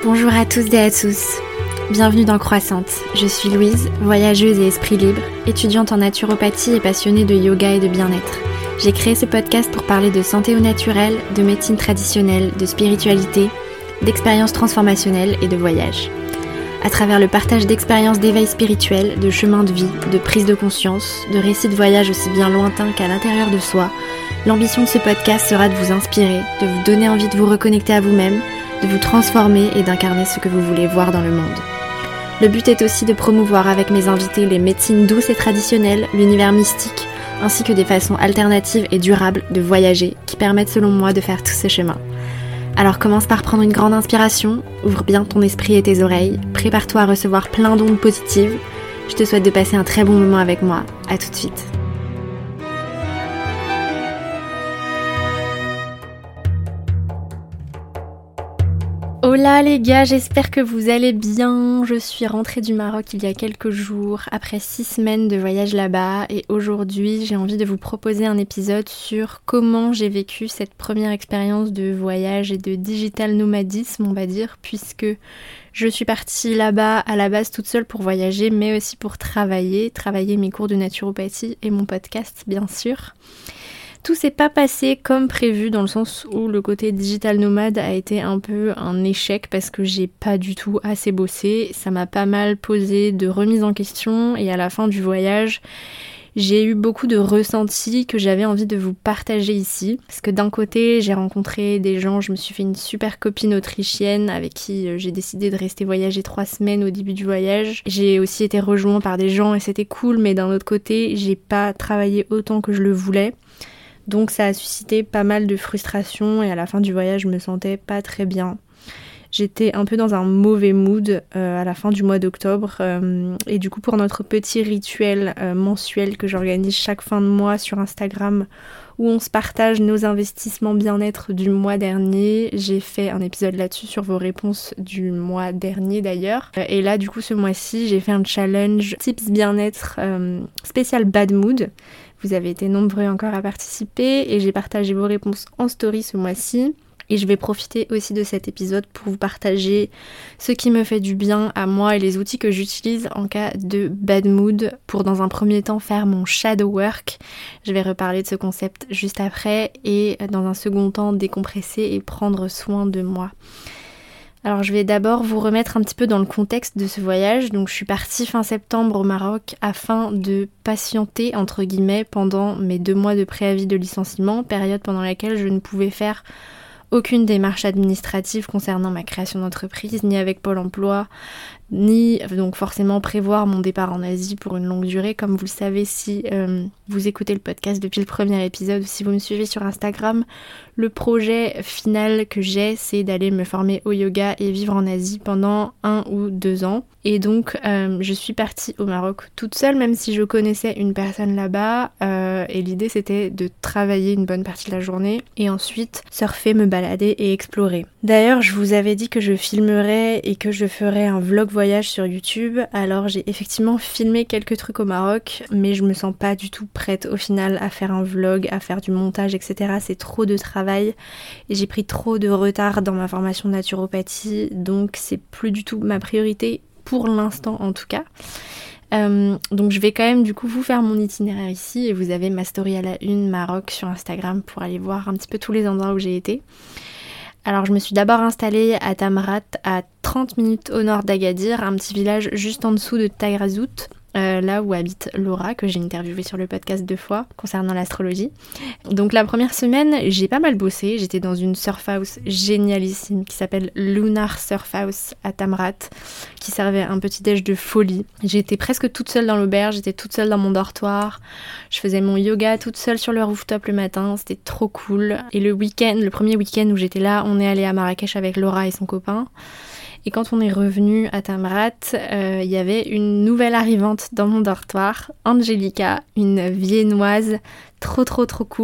Bonjour à tous et à tous, bienvenue dans Croissante. Je suis Louise, voyageuse et esprit libre, étudiante en naturopathie et passionnée de yoga et de bien-être. J'ai créé ce podcast pour parler de santé au naturel, de médecine traditionnelle, de spiritualité, d'expériences transformationnelles et de voyage. À travers le partage d'expériences d'éveil spirituel, de chemins de vie, de prise de conscience, de récits de voyage aussi bien lointains qu'à l'intérieur de soi, l'ambition de ce podcast sera de vous inspirer, de vous donner envie de vous reconnecter à vous-même, de vous transformer et d'incarner ce que vous voulez voir dans le monde. Le but est aussi de promouvoir avec mes invités les médecines douces et traditionnelles, l'univers mystique, ainsi que des façons alternatives et durables de voyager qui permettent selon moi de faire tout ce chemin. Alors commence par prendre une grande inspiration, ouvre bien ton esprit et tes oreilles, prépare-toi à recevoir plein d'ondes positives. Je te souhaite de passer un très bon moment avec moi. À tout de suite. Hola les gars, j'espère que vous allez bien. Je suis rentrée du Maroc il y a quelques jours, après 6 semaines de voyage là-bas, et aujourd'hui j'ai envie de vous proposer un épisode sur comment j'ai vécu cette première expérience de voyage et de digital nomadisme, on va dire, puisque je suis partie là-bas à la base toute seule pour voyager, mais aussi pour travailler mes cours de naturopathie et mon podcast bien sûr. Tout s'est pas passé comme prévu dans le sens où le côté digital nomade a été un peu un échec parce que j'ai pas du tout assez bossé. Ça m'a pas mal posé de remises en question et à la fin du voyage, j'ai eu beaucoup de ressentis que j'avais envie de vous partager ici. Parce que d'un côté, j'ai rencontré des gens, je me suis fait une super copine autrichienne avec qui j'ai décidé de rester voyager 3 semaines au début du voyage. J'ai aussi été rejointe par des gens et c'était cool, mais d'un autre côté, j'ai pas travaillé autant que je le voulais. Donc ça a suscité pas mal de frustration et à la fin du voyage, je me sentais pas très bien. J'étais un peu dans un mauvais mood à la fin du mois d'octobre et du coup pour notre petit rituel mensuel que j'organise chaque fin de mois sur Instagram où on se partage nos investissements bien-être du mois dernier, j'ai fait un épisode là-dessus sur vos réponses du mois dernier d'ailleurs. Et là du coup ce mois-ci j'ai fait un challenge tips bien-être spécial bad mood. Vous avez été nombreux encore à participer et j'ai partagé vos réponses en story ce mois-ci. Et je vais profiter aussi de cet épisode pour vous partager ce qui me fait du bien à moi et les outils que j'utilise en cas de bad mood pour dans un premier temps faire mon shadow work. Je vais reparler de ce concept juste après et dans un second temps décompresser et prendre soin de moi. Alors je vais d'abord vous remettre un petit peu dans le contexte de ce voyage. Donc je suis partie fin septembre au Maroc afin de patienter entre guillemets pendant mes 2 mois de préavis de licenciement, période pendant laquelle je ne pouvais faire aucune démarche administrative concernant ma création d'entreprise, ni avec Pôle emploi, ni donc forcément prévoir mon départ en Asie pour une longue durée. Comme vous le savez si vous écoutez le podcast depuis le premier épisode ou si vous me suivez sur Instagram, le projet final que j'ai, c'est d'aller me former au yoga et vivre en Asie pendant 1 ou 2 ans. Et donc je suis partie au Maroc toute seule, même si je connaissais une personne là-bas, et l'idée c'était de travailler une bonne partie de la journée et ensuite surfer, me balader et explorer. D'ailleurs je vous avais dit que je filmerais et que je ferais un vlog voyage sur YouTube, alors j'ai effectivement filmé quelques trucs au Maroc, mais je me sens pas du tout prête au final à faire un vlog, à faire du montage, etc. C'est trop de travail et j'ai pris trop de retard dans ma formation de naturopathie, donc c'est plus du tout ma priorité pour l'instant en tout cas. Donc je vais quand même du coup vous faire mon itinéraire ici et vous avez ma story à la une Maroc sur Instagram pour aller voir un petit peu tous les endroits où j'ai été. Alors je me suis d'abord installée à Tamrat, à 30 minutes au nord d'Agadir, un petit village juste en dessous de Taghazout, là où habite Laura, que j'ai interviewée sur le podcast 2 fois concernant l'astrologie. Donc la première semaine, j'ai pas mal bossé, j'étais dans une surf house génialissime qui s'appelle Lunar Surf House à Tamrat, qui servait un petit déj de folie. J'étais presque toute seule dans l'auberge, j'étais toute seule dans mon dortoir, je faisais mon yoga toute seule sur le rooftop le matin, c'était trop cool. Et le premier week-end où j'étais là, on est allé à Marrakech avec Laura et son copain. Et quand on est revenu à Tamrat, il y avait une nouvelle arrivante dans mon dortoir, Angelica, une viennoise trop cool.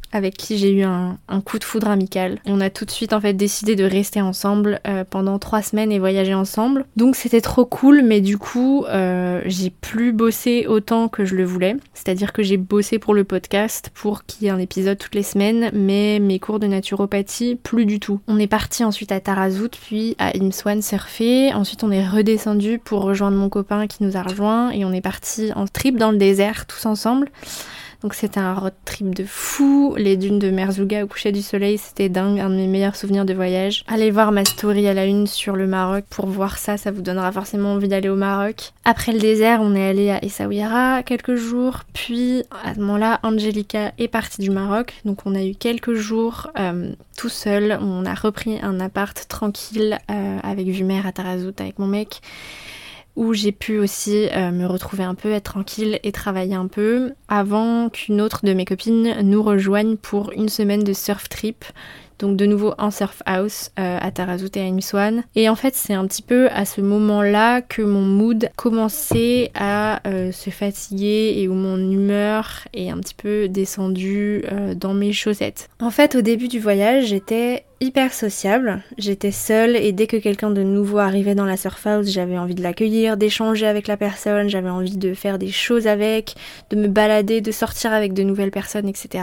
avec qui j'ai eu un coup de foudre amical. On a tout de suite en fait décidé de rester ensemble pendant 3 semaines et voyager ensemble. Donc c'était trop cool, mais du coup j'ai plus bossé autant que je le voulais. C'est-à-dire que j'ai bossé pour le podcast pour qu'il y ait un épisode toutes les semaines, mais mes cours de naturopathie, plus du tout. On est parti ensuite à Tarazout, puis à Imswan surfer. Ensuite on est redescendu pour rejoindre mon copain qui nous a rejoints et on est parti en trip dans le désert tous ensemble. Donc c'était un road trip de fou, les dunes de Merzouga au coucher du soleil, c'était dingue, un de mes meilleurs souvenirs de voyage. Allez voir ma story à la une sur le Maroc pour voir ça, ça vous donnera forcément envie d'aller au Maroc. Après le désert, on est allé à Essaouira quelques jours, puis à ce moment-là, Angelica est partie du Maroc, donc on a eu quelques jours tout seul, on a repris un appart tranquille avec vue mer à Tarazout avec mon mec, où j'ai pu aussi me retrouver un peu, être tranquille et travailler un peu, avant qu'une autre de mes copines nous rejoigne pour une semaine de surf trip, donc de nouveau en surf house à Tarazout et à Imswan. Et en fait c'est un petit peu à ce moment-là que mon mood commençait à se fatiguer et où mon humeur est un petit peu descendue dans mes chaussettes. En fait au début du voyage j'étais hyper sociable, j'étais seule et dès que quelqu'un de nouveau arrivait dans la surf house, j'avais envie de l'accueillir, d'échanger avec la personne, j'avais envie de faire des choses avec, de me balader, de sortir avec de nouvelles personnes, etc.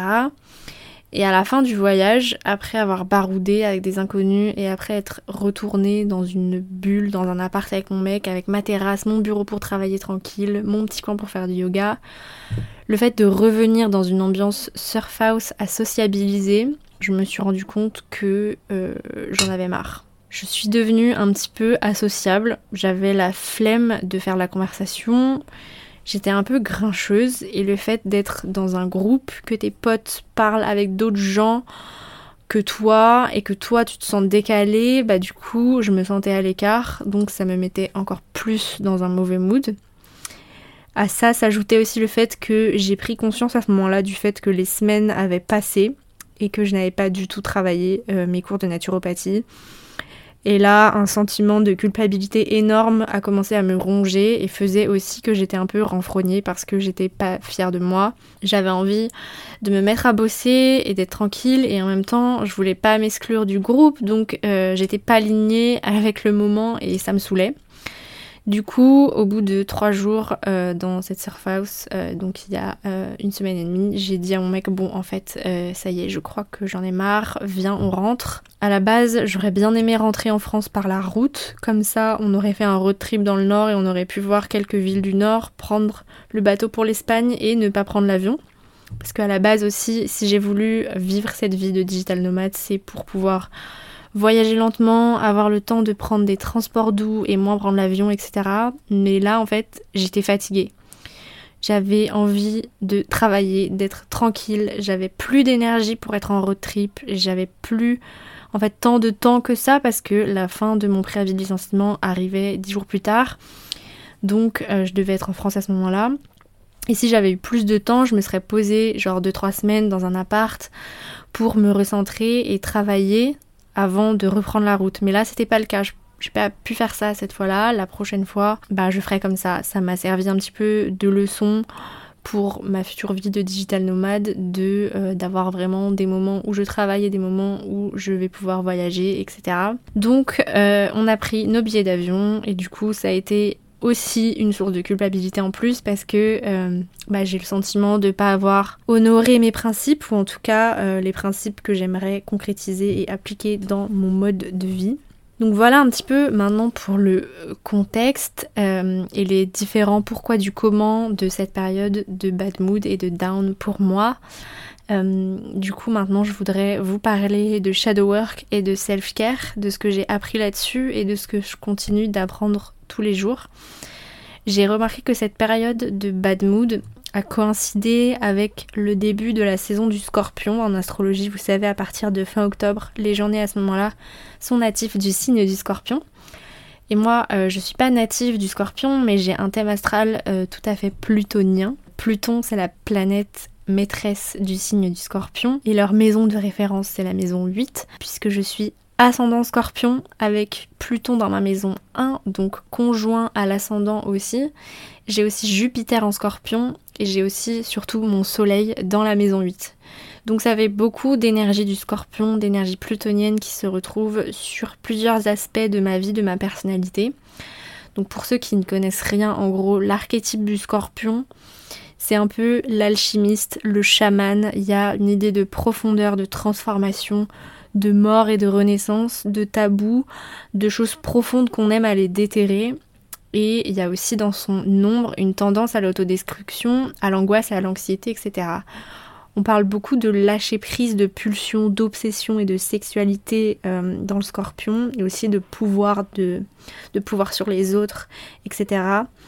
Et à la fin du voyage, après avoir baroudé avec des inconnus et après être retournée dans une bulle, dans un appart avec mon mec, avec ma terrasse, mon bureau pour travailler tranquille, mon petit coin pour faire du yoga, le fait de revenir dans une ambiance surf house à sociabiliser, je me suis rendu compte que j'en avais marre. Je suis devenue un petit peu associable, j'avais la flemme de faire la conversation, j'étais un peu grincheuse et le fait d'être dans un groupe, que tes potes parlent avec d'autres gens que toi et que toi tu te sens décalé, bah du coup je me sentais à l'écart, donc ça me mettait encore plus dans un mauvais mood. À ça s'ajoutait aussi le fait que j'ai pris conscience à ce moment-là du fait que les semaines avaient passé et que je n'avais pas du tout travaillé mes cours de naturopathie. Et là, un sentiment de culpabilité énorme a commencé à me ronger et faisait aussi que j'étais un peu renfrognée parce que j'étais pas fière de moi. J'avais envie de me mettre à bosser et d'être tranquille et en même temps, je voulais pas m'exclure du groupe, donc j'étais pas alignée avec le moment et ça me saoulait. Du coup, au bout de 3 jours dans cette surf house, donc il y a 1 semaine et demie, j'ai dit à mon mec, bon en fait, ça y est, je crois que j'en ai marre, viens on rentre. À la base, j'aurais bien aimé rentrer en France par la route, comme ça on aurait fait un road trip dans le nord et on aurait pu voir quelques villes du nord, prendre le bateau pour l'Espagne et ne pas prendre l'avion. Parce qu'à la base aussi, si j'ai voulu vivre cette vie de digital nomade, c'est pour pouvoir voyager lentement, avoir le temps de prendre des transports doux et moins prendre l'avion, etc. Mais là, en fait, j'étais fatiguée. J'avais envie de travailler, d'être tranquille. J'avais plus d'énergie pour être en road trip. J'avais plus, en fait, tant de temps que ça parce que la fin de mon préavis de licenciement arrivait 10 jours plus tard. Donc, je devais être en France à ce moment-là. Et si j'avais eu plus de temps, je me serais posée genre 2-3 semaines dans un appart pour me recentrer et travailler avant de reprendre la route. Mais là, c'était pas le cas. J'ai pas pu faire ça cette fois-là. La prochaine fois, je ferai comme ça. Ça m'a servi un petit peu de leçon pour ma future vie de digital nomade, d'avoir vraiment des moments où je travaille et des moments où je vais pouvoir voyager, etc. Donc, on a pris nos billets d'avion et du coup, ça a été aussi une source de culpabilité en plus parce que j'ai le sentiment de pas avoir honoré mes principes ou en tout cas les principes que j'aimerais concrétiser et appliquer dans mon mode de vie. Donc voilà un petit peu maintenant pour le contexte et les différents pourquoi du comment de cette période de bad mood et de down pour moi. Du coup maintenant je voudrais vous parler de shadow work et de self-care, de ce que j'ai appris là-dessus et de ce que je continue d'apprendre tous les jours. J'ai remarqué que cette période de bad mood a coïncidé avec le début de la saison du Scorpion. En astrologie, vous savez, à partir de fin octobre, les journées à ce moment-là sont natifs du signe du Scorpion. Et moi, je suis pas native du Scorpion, mais j'ai un thème astral tout à fait plutonien. Pluton, c'est la planète maîtresse du signe du Scorpion et leur maison de référence, c'est la maison 8, puisque je suis ascendant Scorpion avec Pluton dans ma maison 1, donc conjoint à l'ascendant aussi. J'ai aussi Jupiter en Scorpion et j'ai aussi surtout mon Soleil dans la maison 8. Donc ça fait beaucoup d'énergie du Scorpion, d'énergie plutonienne qui se retrouve sur plusieurs aspects de ma vie, de ma personnalité. Donc pour ceux qui ne connaissent rien, en gros, l'archétype du Scorpion, c'est un peu l'alchimiste, le chaman. Il y a une idée de profondeur, de transformation, de mort et de renaissance, de tabous, de choses profondes qu'on aime aller déterrer. Et il y a aussi dans son ombre une tendance à l'autodestruction, à l'angoisse, à l'anxiété, etc. On parle beaucoup de lâcher prise, de pulsion, d'obsession et de sexualité dans le Scorpion, et aussi de pouvoir sur les autres, etc.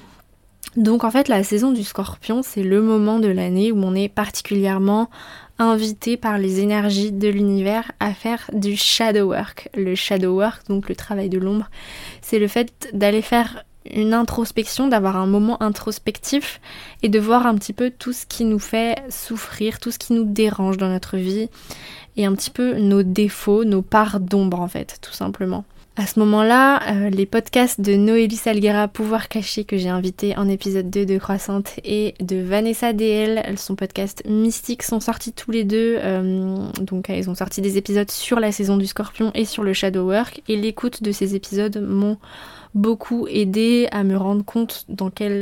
Donc en fait la saison du Scorpion, c'est le moment de l'année où on est particulièrement invité par les énergies de l'univers à faire du shadow work. Le shadow work, donc le travail de l'ombre, c'est le fait d'aller faire une introspection, d'avoir un moment introspectif et de voir un petit peu tout ce qui nous fait souffrir, tout ce qui nous dérange dans notre vie et un petit peu nos défauts, nos parts d'ombre en fait, tout simplement. À ce moment-là, les podcasts de Noélie Salguera, Pouvoir caché, que j'ai invité en épisode 2 de Croissante, et de Vanessa DL, son podcast Mystique, sont sortis tous les deux. Donc ils ont sorti des épisodes sur la saison du Scorpion et sur le Shadow Work, et l'écoute de ces épisodes m'ont beaucoup aidé à me rendre compte dans quelle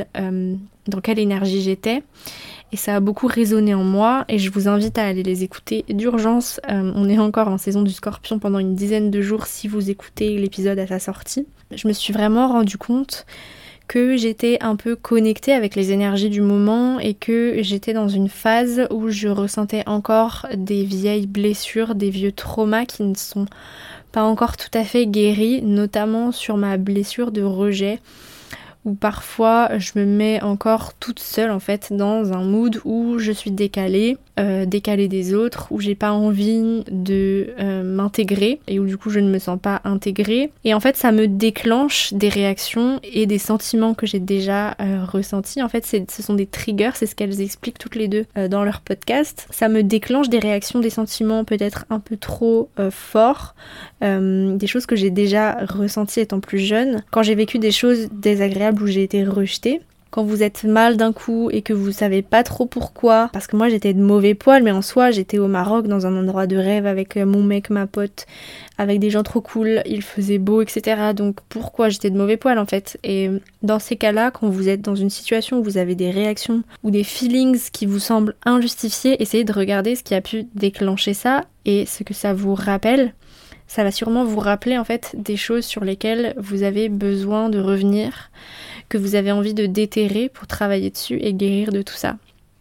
énergie j'étais. Et ça a beaucoup résonné en moi et je vous invite à aller les écouter d'urgence. On est encore en saison du Scorpion pendant une dizaine de jours si vous écoutez l'épisode à sa sortie. Je me suis vraiment rendu compte que j'étais un peu connectée avec les énergies du moment et que j'étais dans une phase où je ressentais encore des vieilles blessures, des vieux traumas qui ne sont pas encore tout à fait guéris, notamment sur ma blessure de rejet, où parfois je me mets encore toute seule en fait dans un mood où je suis décalée des autres, où j'ai pas envie de m'intégrer et où du coup je ne me sens pas intégrée. Et en fait ça me déclenche des réactions et des sentiments que j'ai déjà ressentis. En fait ce sont des triggers, c'est ce qu'elles expliquent toutes les deux dans leur podcast. Ça me déclenche des réactions, des sentiments peut-être un peu trop forts, des choses que j'ai déjà ressenties étant plus jeune, quand j'ai vécu des choses désagréables où j'ai été rejetée. Quand vous êtes mal d'un coup et que vous savez pas trop pourquoi, parce que moi j'étais de mauvais poil, mais en soi j'étais au Maroc dans un endroit de rêve avec mon mec, ma pote, avec des gens trop cool, il faisait beau, etc. Donc pourquoi j'étais de mauvais poil en fait? Et dans ces cas-là, quand vous êtes dans une situation où vous avez des réactions ou des feelings qui vous semblent injustifiés, essayez de regarder ce qui a pu déclencher ça et ce que ça vous rappelle. Ça va sûrement vous rappeler en fait des choses sur lesquelles vous avez besoin de revenir, que vous avez envie de déterrer pour travailler dessus et guérir de tout ça.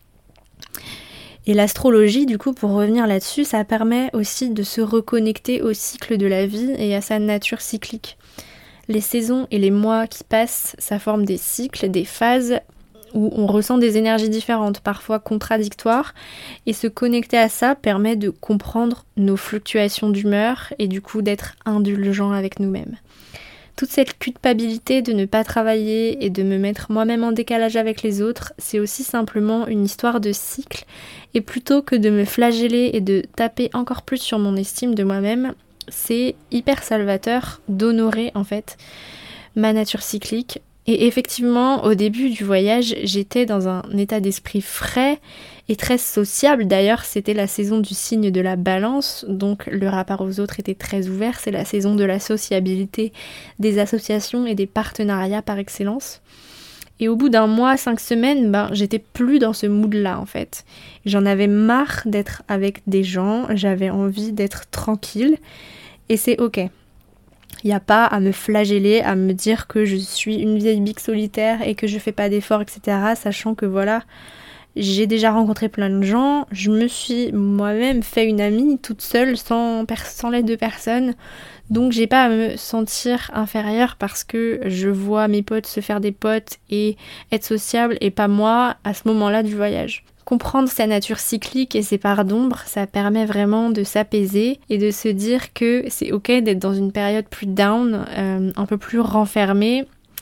Et l'astrologie, du coup, pour revenir là-dessus, ça permet aussi de se reconnecter au cycle de la vie et à sa nature cyclique. Les saisons et les mois qui passent, ça forme des cycles, des phases où on ressent des énergies différentes, parfois contradictoires, et se connecter à ça permet de comprendre nos fluctuations d'humeur et du coup d'être indulgent avec nous-mêmes. Toute cette culpabilité de ne pas travailler et de me mettre moi-même en décalage avec les autres, c'est aussi simplement une histoire de cycle, et plutôt que de me flageller et de taper encore plus sur mon estime de moi-même, c'est hyper salvateur d'honorer en fait ma nature cyclique. Et effectivement, au début du voyage, j'étais dans un état d'esprit frais et très sociable. D'ailleurs, c'était la saison du signe de la balance, donc le rapport aux autres était très ouvert. C'est la saison de la sociabilité, des associations et des partenariats par excellence. Et au bout d'un mois, 5 semaines, j'étais plus dans ce mood-là en fait. J'en avais marre d'être avec des gens, j'avais envie d'être tranquille et c'est ok. Il n'y a pas à me flageller, à me dire que je suis une vieille bique solitaire et que je fais pas d'efforts, etc. Sachant que voilà, j'ai déjà rencontré plein de gens, je me suis moi-même fait une amie toute seule, sans l'aide de personne. Donc j'ai pas à me sentir inférieure parce que je vois mes potes se faire des potes et être sociable et pas moi à ce moment-là du voyage. Comprendre sa nature cyclique et ses parts d'ombre, ça permet vraiment de s'apaiser et de se dire que c'est ok d'être dans une période plus down, un peu plus renfermée.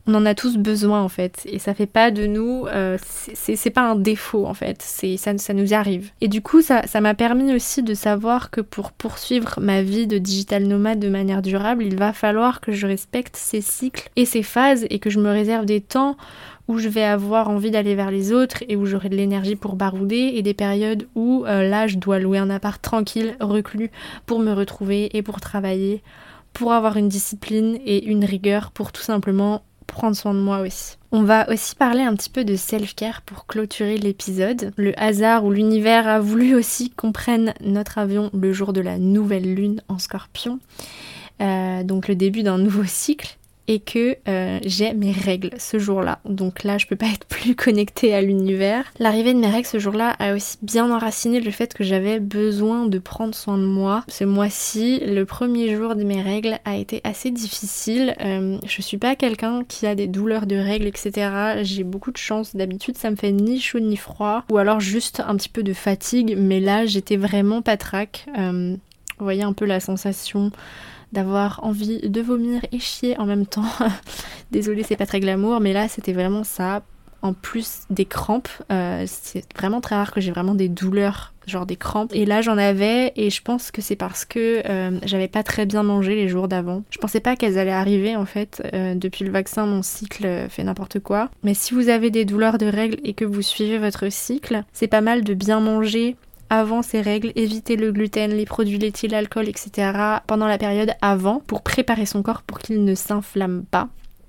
On en a tous besoin en fait, et ça fait pas de nous, c'est pas un défaut en fait, ça nous arrive. Et du coup ça m'a permis aussi de savoir que pour poursuivre ma vie de digital nomade de manière durable, il va falloir que je respecte ces cycles et ces phases et que je me réserve des temps où je vais avoir envie d'aller vers les autres et où j'aurai de l'énergie pour barouder, et des périodes où là je dois louer un appart tranquille, reclus, pour me retrouver et pour travailler, pour avoir une discipline et une rigueur, pour tout simplement prendre soin de moi aussi. On va aussi parler un petit peu de self-care pour clôturer l'épisode. Le hasard ou l'univers a voulu aussi qu'on prenne notre avion le jour de la nouvelle lune en Scorpion, donc le début d'un nouveau cycle, et que j'ai mes règles ce jour-là. Donc là, je peux pas être plus connectée à l'univers. L'arrivée de mes règles ce jour-là a aussi bien enraciné le fait que j'avais besoin de prendre soin de moi. Ce mois-ci, le premier jour de mes règles a été assez difficile. Je suis pas quelqu'un qui a des douleurs de règles, etc. J'ai beaucoup de chance. D'habitude, ça me fait ni chaud ni froid, ou alors juste un petit peu de fatigue. Mais là, j'étais vraiment patraque. Vous voyez un peu la sensation d'avoir envie de vomir et chier en même temps. Désolée, c'est pas très glamour, mais là c'était vraiment ça. En plus des crampes, c'est vraiment très rare que j'ai vraiment des douleurs, genre des crampes. Et là j'en avais, et je pense que c'est parce que j'avais pas très bien mangé les jours d'avant. Je pensais pas qu'elles allaient arriver en fait. Depuis le vaccin, mon cycle fait n'importe quoi. Mais si vous avez des douleurs de règles et que vous suivez votre cycle, c'est pas mal de bien manger avant ces règles, éviter le gluten, les produits laitiers, l'alcool, etc. pendant la période avant, pour préparer son corps pour qu'il ne s'inflamme pas.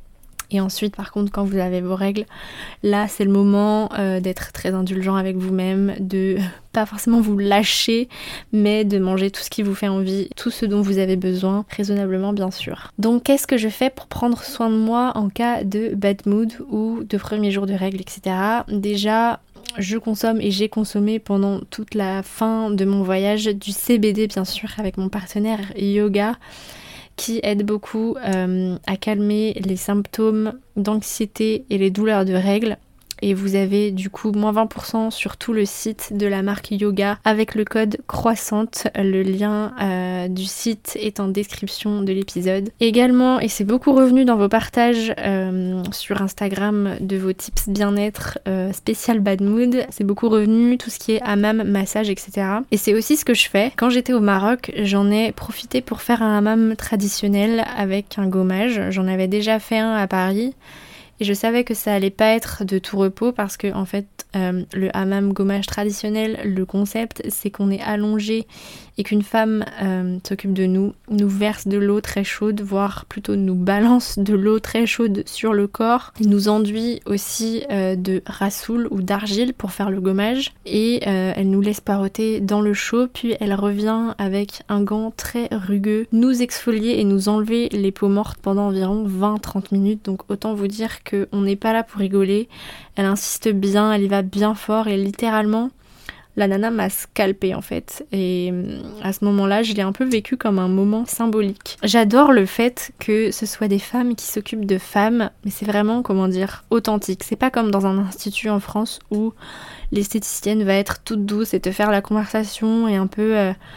Et ensuite, par contre, quand vous avez vos règles, là, c'est le moment d'être très indulgent avec vous-même, de pas forcément vous lâcher, mais de manger tout ce qui vous fait envie, tout ce dont vous avez besoin, raisonnablement bien sûr. Donc, qu'est-ce que je fais pour prendre soin de moi en cas de bad mood ou de premier jour de règles, etc. Déjà, je consomme et j'ai consommé pendant toute la fin de mon voyage du CBD, bien sûr, avec mon partenaire yoga, qui aide beaucoup à calmer les symptômes d'anxiété et les douleurs de règles. Et vous avez du coup moins 20% sur tout le site de la marque Yoga avec le code croissante. Le lien du site est en description de l'épisode. Également, et c'est beaucoup revenu dans vos partages sur Instagram de vos tips bien-être spécial bad mood, c'est beaucoup revenu tout ce qui est hammam, massage, etc. Et c'est aussi ce que je fais. Quand j'étais au Maroc, j'en ai profité pour faire un hammam traditionnel avec un gommage. J'en avais déjà fait un à Paris. Et je savais que ça allait pas être de tout repos parce que en fait le hammam gommage traditionnel, le concept c'est qu'on est allongé et qu'une femme s'occupe de nous, nous verse de l'eau très chaude, voire plutôt nous balance de l'eau très chaude sur le corps, et nous enduit aussi de rassoul ou d'argile pour faire le gommage, et elle nous laisse parodter dans le chaud, puis elle revient avec un gant très rugueux, nous exfolier et nous enlever les peaux mortes pendant environ 20-30 minutes, donc autant vous dire qu'on n'est pas là pour rigoler. Elle insiste bien, elle y va bien fort, et littéralement la nana m'a scalpée en fait, et à ce moment-là je l'ai un peu vécu comme un moment symbolique. J'adore le fait que ce soit des femmes qui s'occupent de femmes, mais c'est vraiment, comment dire, authentique. C'est pas comme dans un institut en France où l'esthéticienne va être toute douce et te faire la conversation et un peu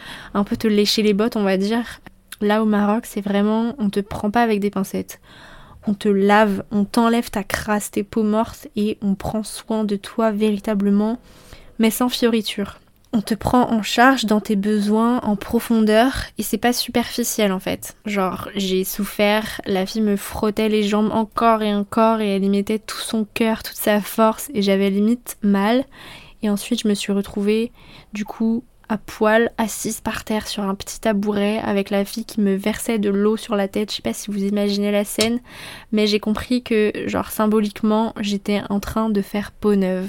te lécher les bottes, on va dire. Là au Maroc c'est vraiment, on te prend pas avec des pincettes. On te lave, on t'enlève ta crasse, tes peaux mortes, et on prend soin de toi véritablement, mais sans fioriture. On te prend en charge dans tes besoins en profondeur, et c'est pas superficiel en fait. Genre, j'ai souffert, la fille me frottait les jambes encore et encore, et elle y mettait tout son cœur, toute sa force, et j'avais limite mal. Et ensuite, je me suis retrouvée, du coup, à poil, assise par terre sur un petit tabouret avec la fille qui me versait de l'eau sur la tête. Je sais pas si vous imaginez la scène, mais j'ai compris que, genre, symboliquement, j'étais en train de faire peau neuve.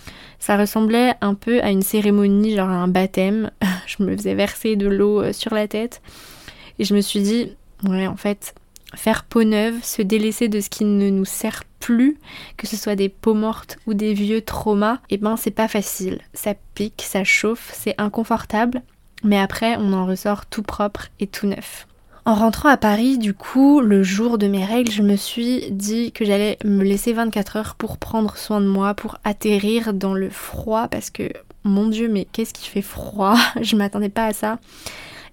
Ça ressemblait un peu à une cérémonie, genre à un baptême. Je me faisais verser de l'eau sur la tête et je me suis dit, ouais, en fait, faire peau neuve, se délaisser de ce qui ne nous sert plus, que ce soit des peaux mortes ou des vieux traumas, et ben c'est pas facile. Ça pique, ça chauffe, c'est inconfortable, mais après on en ressort tout propre et tout neuf. En rentrant à Paris, du coup, le jour de mes règles, je me suis dit que j'allais me laisser 24 heures pour prendre soin de moi, pour atterrir dans le froid, parce que, mon Dieu, mais qu'est-ce qui fait froid? Je m'attendais pas à ça.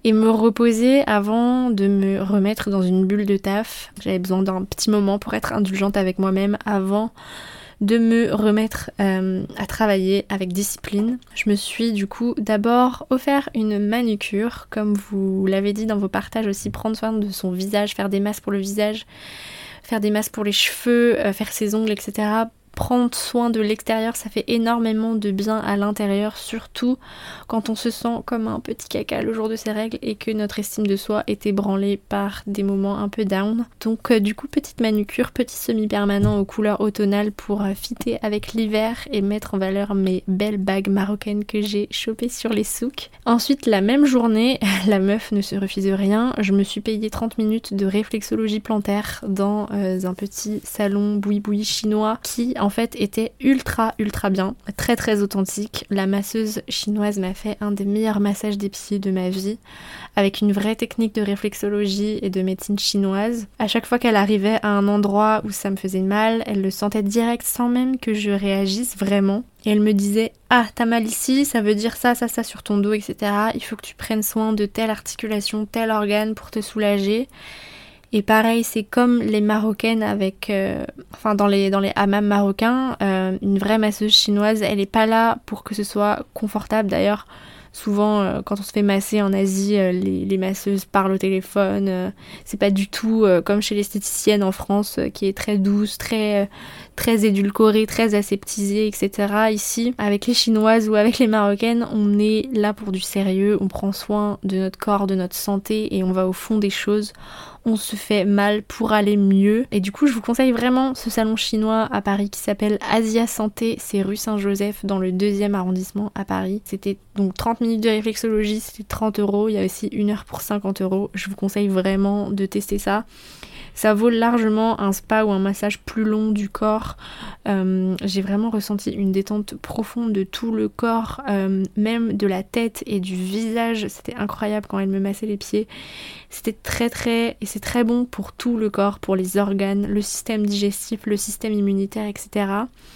et me reposer avant de me remettre dans une bulle de taf. J'avais besoin d'un petit moment pour être indulgente avec moi-même avant de me remettre à travailler avec discipline. Je me suis du coup d'abord offert une manucure, comme vous l'avez dit dans vos partages aussi, prendre soin de son visage, faire des masques pour le visage, faire des masques pour les cheveux, faire ses ongles, etc. Prendre soin de l'extérieur, ça fait énormément de bien à l'intérieur, surtout quand on se sent comme un petit caca le jour de ses règles et que notre estime de soi est ébranlée par des moments un peu down. Donc du coup, petite manucure, petit semi-permanent aux couleurs automnales pour fitter avec l'hiver et mettre en valeur mes belles bagues marocaines que j'ai chopées sur les souks. Ensuite, la même journée, la meuf ne se refuse rien, je me suis payé 30 minutes de réflexologie plantaire dans un petit salon boui-boui chinois qui en fait était ultra bien, très authentique. La masseuse chinoise m'a fait un des meilleurs massages des pieds de ma vie, avec une vraie technique de réflexologie et de médecine chinoise. À chaque fois qu'elle arrivait à un endroit où ça me faisait mal, elle le sentait direct sans même que je réagisse vraiment. Et elle me disait « Ah, t'as mal ici, ça veut dire ça sur ton dos, etc. Il faut que tu prennes soin de telle articulation, tel organe pour te soulager. » Et pareil, c'est comme les Marocaines avec... dans les hammams marocains, une vraie masseuse chinoise, elle est pas là pour que ce soit confortable. D'ailleurs, souvent, quand on se fait masser en Asie, les masseuses parlent au téléphone. C'est pas du tout comme chez l'esthéticienne en France, qui est très douce, très édulcorée, très aseptisée, etc. Ici, avec les Chinoises ou avec les Marocaines, on est là pour du sérieux, on prend soin de notre corps, de notre santé et on va au fond des choses. On se fait mal pour aller mieux. Et du coup, je vous conseille vraiment ce salon chinois à Paris qui s'appelle Asia Santé. C'est rue Saint-Joseph dans le 2e arrondissement à Paris. C'était donc 30 minutes de réflexologie, c'était 30 €. Il y a aussi 1 heure pour 50 €. Je vous conseille vraiment de tester ça. Ça vaut largement un spa ou un massage plus long du corps. J'ai vraiment ressenti une détente profonde de tout le corps, même de la tête et du visage. C'était incroyable quand elle me massait les pieds. C'était et c'est très bon pour tout le corps, pour les organes, le système digestif, le système immunitaire, etc.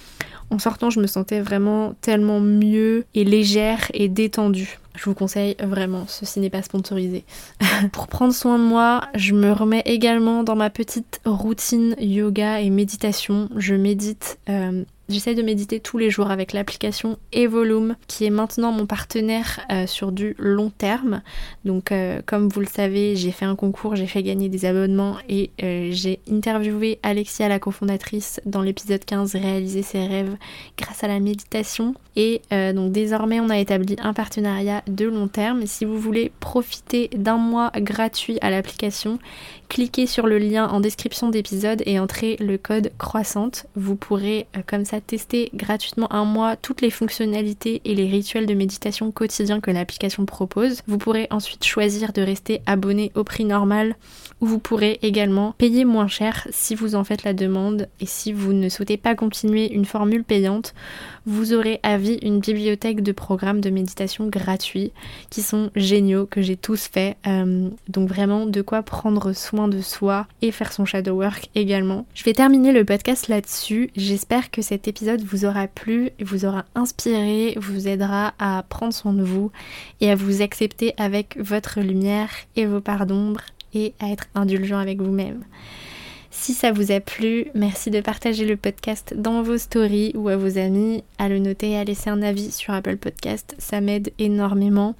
En sortant, je me sentais vraiment tellement mieux et légère et détendue. Je vous conseille vraiment, ceci n'est pas sponsorisé. Pour prendre soin de moi, je me remets également dans ma petite routine yoga et méditation. Je médite, j'essaye de méditer tous les jours avec l'application Evolume, qui est maintenant mon partenaire sur du long terme. Donc comme vous le savez, j'ai fait un concours, j'ai fait gagner des abonnements et j'ai interviewé Alexia, la cofondatrice, dans l'épisode 15, réaliser ses rêves grâce à la méditation. Et donc désormais, on a établi un partenariat de long terme. Et si vous voulez profiter d'un mois gratuit à l'application, cliquez sur le lien en description d'épisode et entrez le code croissante. Vous pourrez comme ça tester gratuitement un mois toutes les fonctionnalités et les rituels de méditation quotidiens que l'application propose. Vous pourrez ensuite choisir de rester abonné au prix normal ou vous pourrez également payer moins cher si vous en faites la demande. Et si vous ne souhaitez pas continuer une formule payante, vous aurez à vie une bibliothèque de programmes de méditation gratuits qui sont géniaux, que j'ai tous faits. Donc vraiment de quoi prendre soin de soi et faire son shadow work également. Je vais terminer le podcast là-dessus. J'espère que cet épisode vous aura plu, vous aura inspiré, vous aidera à prendre soin de vous et à vous accepter avec votre lumière et vos parts d'ombre et à être indulgent avec vous-même. Si ça vous a plu, merci de partager le podcast dans vos stories ou à vos amis, à le noter et à laisser un avis sur Apple Podcast, ça m'aide énormément.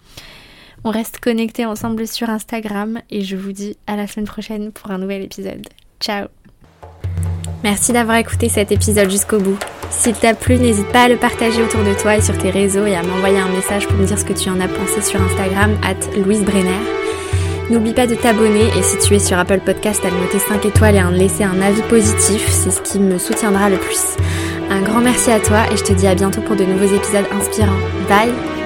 On reste connectés ensemble sur Instagram et je vous dis à la semaine prochaine pour un nouvel épisode. Ciao! Merci d'avoir écouté cet épisode jusqu'au bout. S'il t'a plu, n'hésite pas à le partager autour de toi et sur tes réseaux et à m'envoyer un message pour me dire ce que tu en as pensé sur Instagram @LouiseBrenner. N'oublie pas de t'abonner et si tu es sur Apple Podcast, à me noter 5 étoiles et à me laisser un avis positif, c'est ce qui me soutiendra le plus. Un grand merci à toi et je te dis à bientôt pour de nouveaux épisodes inspirants. Bye!